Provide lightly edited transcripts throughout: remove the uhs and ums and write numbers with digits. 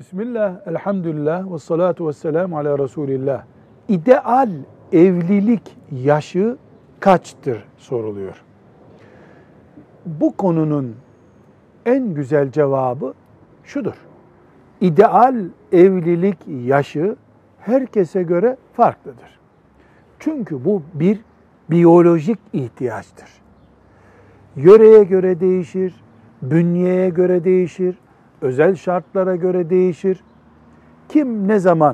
Bismillah, elhamdülillah, ve salatu ve selamu ala Resulillah. İdeal evlilik yaşı kaçtır soruluyor. Bu konunun en güzel cevabı şudur. İdeal evlilik yaşı herkese göre farklıdır. Çünkü bu bir biyolojik ihtiyaçtır. Yöreye göre değişir, bünyeye göre değişir, özel şartlara göre değişir. Kim ne zaman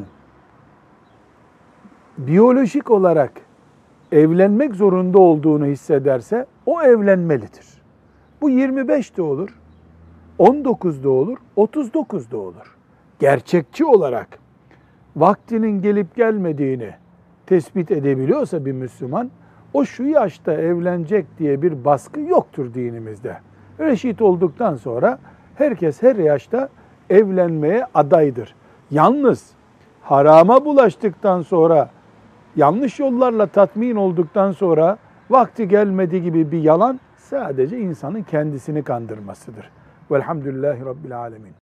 biyolojik olarak evlenmek zorunda olduğunu hissederse o evlenmelidir. Bu 25'te olur, 19'da olur, 39'da olur. Gerçekçi olarak vaktinin gelip gelmediğini tespit edebiliyorsa bir Müslüman, o şu yaşta evlenecek diye bir baskı yoktur dinimizde. Reşit olduktan sonra herkes her yaşta evlenmeye adaydır. Yalnız harama bulaştıktan sonra, yanlış yollarla tatmin olduktan sonra vakti gelmedi gibi bir yalan sadece insanın kendisini kandırmasıdır. Velhamdülillahi Rabbil Alemin.